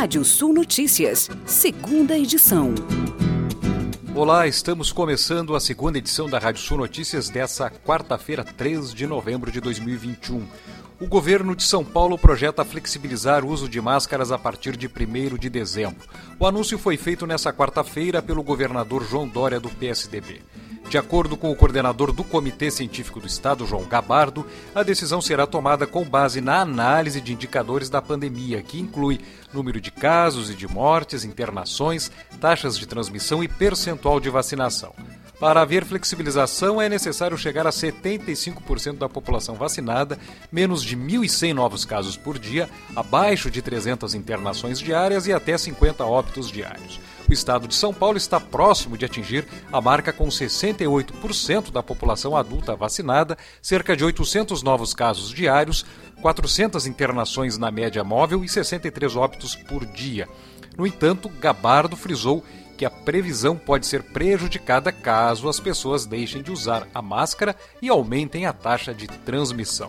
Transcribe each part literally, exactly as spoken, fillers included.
Rádio Sul Notícias, segunda edição. Olá, estamos começando a segunda edição da Rádio Sul Notícias dessa quarta-feira, três de novembro de dois mil e vinte e um. O governo de São Paulo projeta flexibilizar o uso de máscaras a partir de primeiro de dezembro. O anúncio foi feito nesta quarta-feira pelo governador João Dória, do P S D B. De acordo com o coordenador do Comitê Científico do Estado, João Gabardo, a decisão será tomada com base na análise de indicadores da pandemia, que inclui número de casos e de mortes, internações, taxas de transmissão e percentual de vacinação. Para haver flexibilização, é necessário chegar a setenta e cinco por cento da população vacinada, menos de mil e cem novos casos por dia, abaixo de trezentas internações diárias e até cinquenta óbitos diários. O estado de São Paulo está próximo de atingir a marca com sessenta e oito por cento da população adulta vacinada, cerca de oitocentos novos casos diários, quatrocentas internações na média móvel e sessenta e três óbitos por dia. No entanto, Gabardo frisou que a previsão pode ser prejudicada caso as pessoas deixem de usar a máscara e aumentem a taxa de transmissão.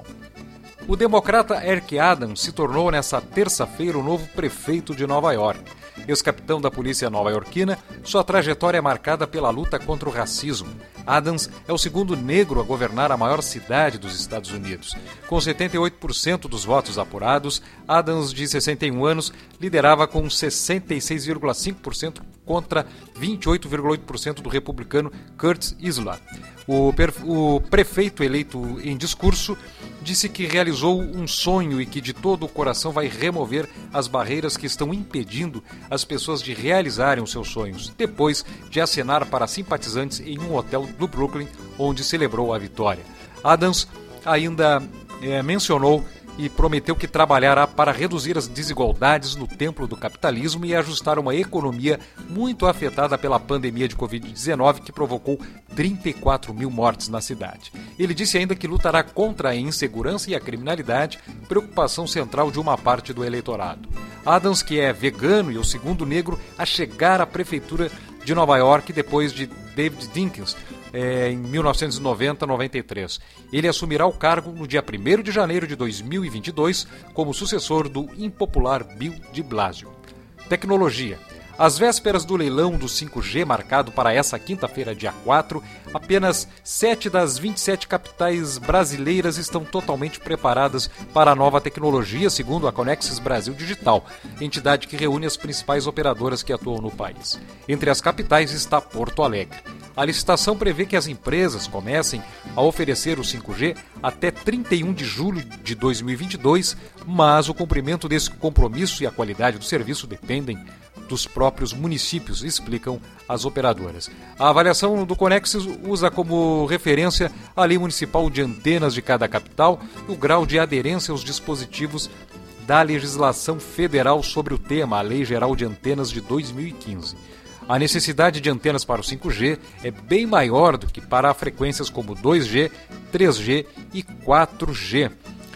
O democrata Eric Adams se tornou nesta terça-feira o novo prefeito de Nova York. Ex-capitão da polícia nova-iorquina, sua trajetória é marcada pela luta contra o racismo. Adams é o segundo negro a governar a maior cidade dos Estados Unidos. Com setenta e oito por cento dos votos apurados, Adams, de sessenta e um anos, liderava com sessenta e seis vírgula cinco por cento contra vinte e oito vírgula oito por cento do republicano Curtis Isler. O, o prefeito eleito em discurso disse que realizou um sonho e que de todo o coração vai remover as barreiras que estão impedindo as pessoas de realizarem os seus sonhos, depois de acenar para simpatizantes em um hotel do Brooklyn, onde celebrou a vitória. Adams ainda é, mencionou e prometeu que trabalhará para reduzir as desigualdades no templo do capitalismo e ajustar uma economia muito afetada pela pandemia de covid dezenove, que provocou trinta e quatro mil mortes na cidade. Ele disse ainda que lutará contra a insegurança e a criminalidade, preocupação central de uma parte do eleitorado. Adams, que é vegano e o segundo negro a chegar à prefeitura de Nova York depois de David Dinkins, É, em mil novecentos e noventa a noventa e três. Ele assumirá o cargo no dia primeiro de janeiro de dois mil e vinte e dois como sucessor do impopular Bill de Blasio. Tecnologia. Às vésperas do leilão do cinco G, marcado para essa quinta-feira, dia quatro, apenas sete das vinte e sete capitais brasileiras estão totalmente preparadas para a nova tecnologia, segundo a Conexis Brasil Digital, entidade que reúne as principais operadoras que atuam no país. Entre as capitais está Porto Alegre. A licitação prevê que as empresas comecem a oferecer o cinco G até trinta e um de julho de dois mil e vinte e dois, mas o cumprimento desse compromisso e a qualidade do serviço dependem dos próprios municípios, explicam as operadoras. A avaliação do Conexis usa como referência a lei municipal de antenas de cada capital e o grau de aderência aos dispositivos da legislação federal sobre o tema, a Lei Geral de Antenas de dois mil e quinze. A necessidade de antenas para o cinco G é bem maior do que para frequências como dois G, três G e quatro G.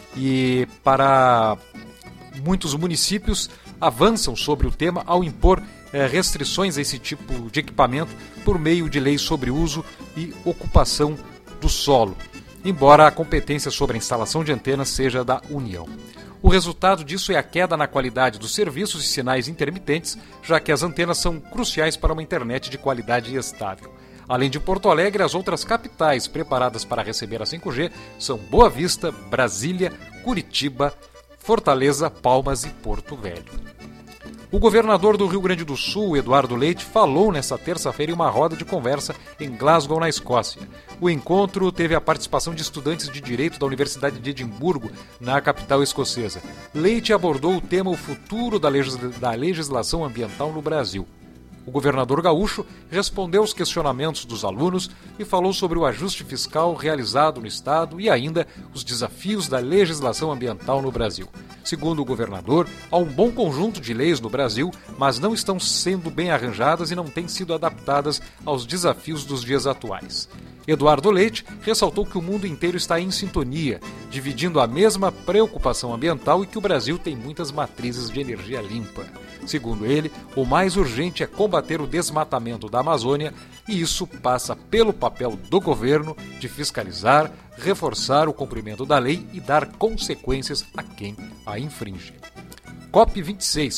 E para muitos municípios avançam sobre o tema ao impor eh, restrições a esse tipo de equipamento por meio de leis sobre uso e ocupação do solo, embora a competência sobre a instalação de antenas seja da União. O resultado disso é a queda na qualidade dos serviços e sinais intermitentes, já que as antenas são cruciais para uma internet de qualidade estável. Além de Porto Alegre, as outras capitais preparadas para receber a cinco G são Boa Vista, Brasília, Curitiba, Fortaleza, Palmas e Porto Velho. O governador do Rio Grande do Sul, Eduardo Leite, falou nesta terça-feira em uma roda de conversa em Glasgow, na Escócia. O encontro teve a participação de estudantes de Direito da Universidade de Edimburgo, na capital escocesa. Leite abordou o tema o futuro da, legisla- da legislação ambiental no Brasil. O governador gaúcho respondeu aos questionamentos dos alunos e falou sobre o ajuste fiscal realizado no estado e ainda os desafios da legislação ambiental no Brasil. Segundo o governador, há um bom conjunto de leis no Brasil, mas não estão sendo bem arranjadas e não têm sido adaptadas aos desafios dos dias atuais. Eduardo Leite ressaltou que o mundo inteiro está em sintonia, dividindo a mesma preocupação ambiental e que o Brasil tem muitas matrizes de energia limpa. Segundo ele, o mais urgente é combater o desmatamento da Amazônia e isso passa pelo papel do governo de fiscalizar, reforçar o cumprimento da lei e dar consequências a quem a infringe. COP vinte e seis.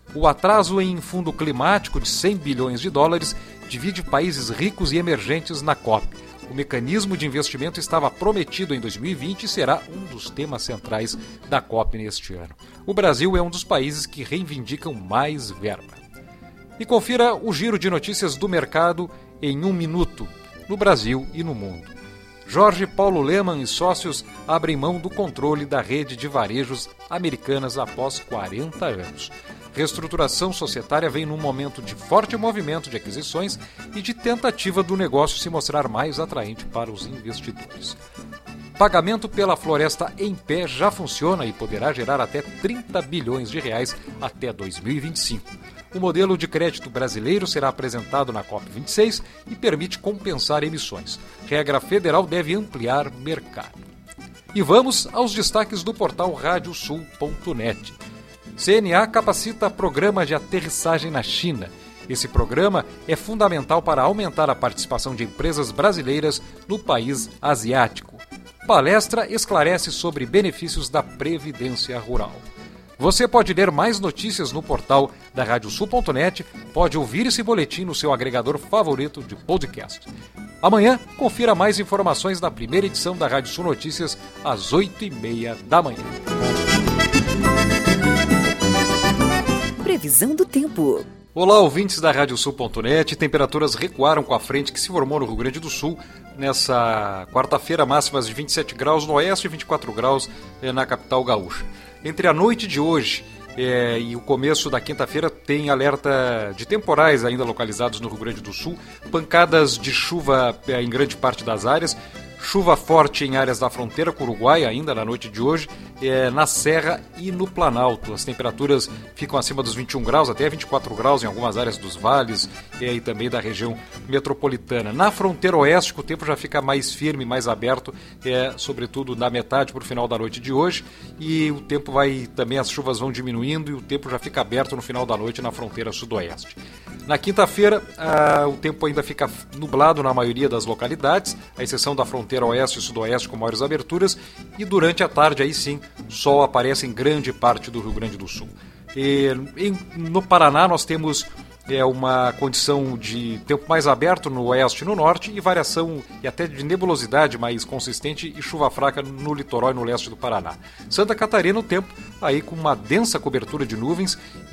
O atraso em fundo climático de cem bilhões de dólares divide países ricos e emergentes na COP. O mecanismo de investimento estava prometido em dois mil e vinte e será um dos temas centrais da COP neste ano. O Brasil é um dos países que reivindicam mais verba. E confira o giro de notícias do mercado em um minuto, no Brasil e no mundo. Jorge Paulo Lemann e sócios abrem mão do controle da rede de varejos Americanas após quarenta anos. Reestruturação societária vem num momento de forte movimento de aquisições e de tentativa do negócio se mostrar mais atraente para os investidores. Pagamento pela Floresta em Pé já funciona e poderá gerar até trinta bilhões de reais até dois mil e vinte e cinco. O modelo de crédito brasileiro será apresentado na COP vinte e seis e permite compensar emissões. Regra federal deve ampliar mercado. E vamos aos destaques do portal rádio sul ponto net. C N A capacita programa de aterrissagem na China. Esse programa é fundamental para aumentar a participação de empresas brasileiras no país asiático. Palestra esclarece sobre benefícios da Previdência Rural. Você pode ler mais notícias no portal da rádio sul ponto net, pode ouvir esse boletim no seu agregador favorito de podcast. Amanhã, confira mais informações da primeira edição da Rádio Sul Notícias, às oito e meia da manhã. Previsão do tempo. Olá, ouvintes da rádio sul ponto net. Temperaturas recuaram com a frente que se formou no Rio Grande do Sul nessa quarta-feira, máximas de vinte e sete graus no oeste e vinte e quatro graus na capital gaúcha. Entre a noite de hoje é, e o começo da quinta-feira tem alerta de temporais ainda localizados no Rio Grande do Sul, pancadas de chuva é, em grande parte das áreas, chuva forte em áreas da fronteira com o Uruguai ainda na noite de hoje, é, na Serra e no Planalto. As temperaturas ficam acima dos vinte e um graus, até vinte e quatro graus em algumas áreas dos vales é, e também da região metropolitana. Na fronteira oeste, o tempo já fica mais firme, mais aberto, é, sobretudo na metade para o final da noite de hoje, e o tempo vai também, as chuvas vão diminuindo e o tempo já fica aberto no final da noite na fronteira sudoeste. Na quinta-feira, ah, o tempo ainda fica nublado na maioria das localidades, à exceção da fronteira oeste e sudoeste com maiores aberturas, e durante a tarde, aí sim, sol aparece em grande parte do Rio Grande do Sul. E, em, no Paraná, nós temos é, uma condição de tempo mais aberto no oeste e no norte, e variação e até de nebulosidade mais consistente e chuva fraca no litoral e no leste do Paraná. Santa Catarina, o tempo aí com uma densa cobertura de nuvens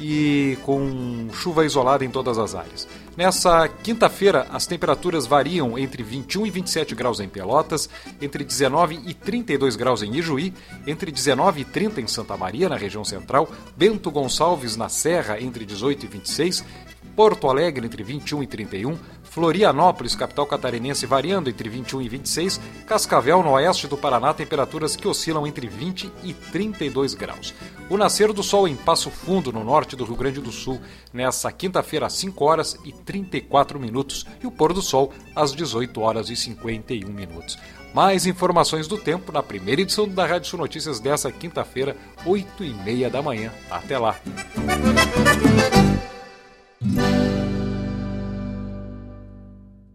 e com chuva isolada em todas as áreas. Nessa quinta-feira, as temperaturas variam entre vinte e um e vinte e sete graus em Pelotas, entre dezenove e trinta e dois graus em Ijuí, entre dezenove e trinta em Santa Maria, na região central, Bento Gonçalves, na Serra, entre dezoito e vinte e seis, Porto Alegre, entre vinte e um e trinta e um, Florianópolis, capital catarinense, variando entre vinte e um e vinte e seis, Cascavel, no oeste do Paraná, temperaturas que oscilam entre vinte e trinta e dois graus. O nascer do sol em Passo Fundo, no norte do Rio Grande do Sul, nessa quinta-feira, às cinco horas e trinta e quatro minutos, e o pôr do sol às dezoito horas e cinquenta e um minutos. Mais informações do tempo na primeira edição da Rádio Sul Notícias dessa quinta-feira, oito e meia da manhã. Até lá!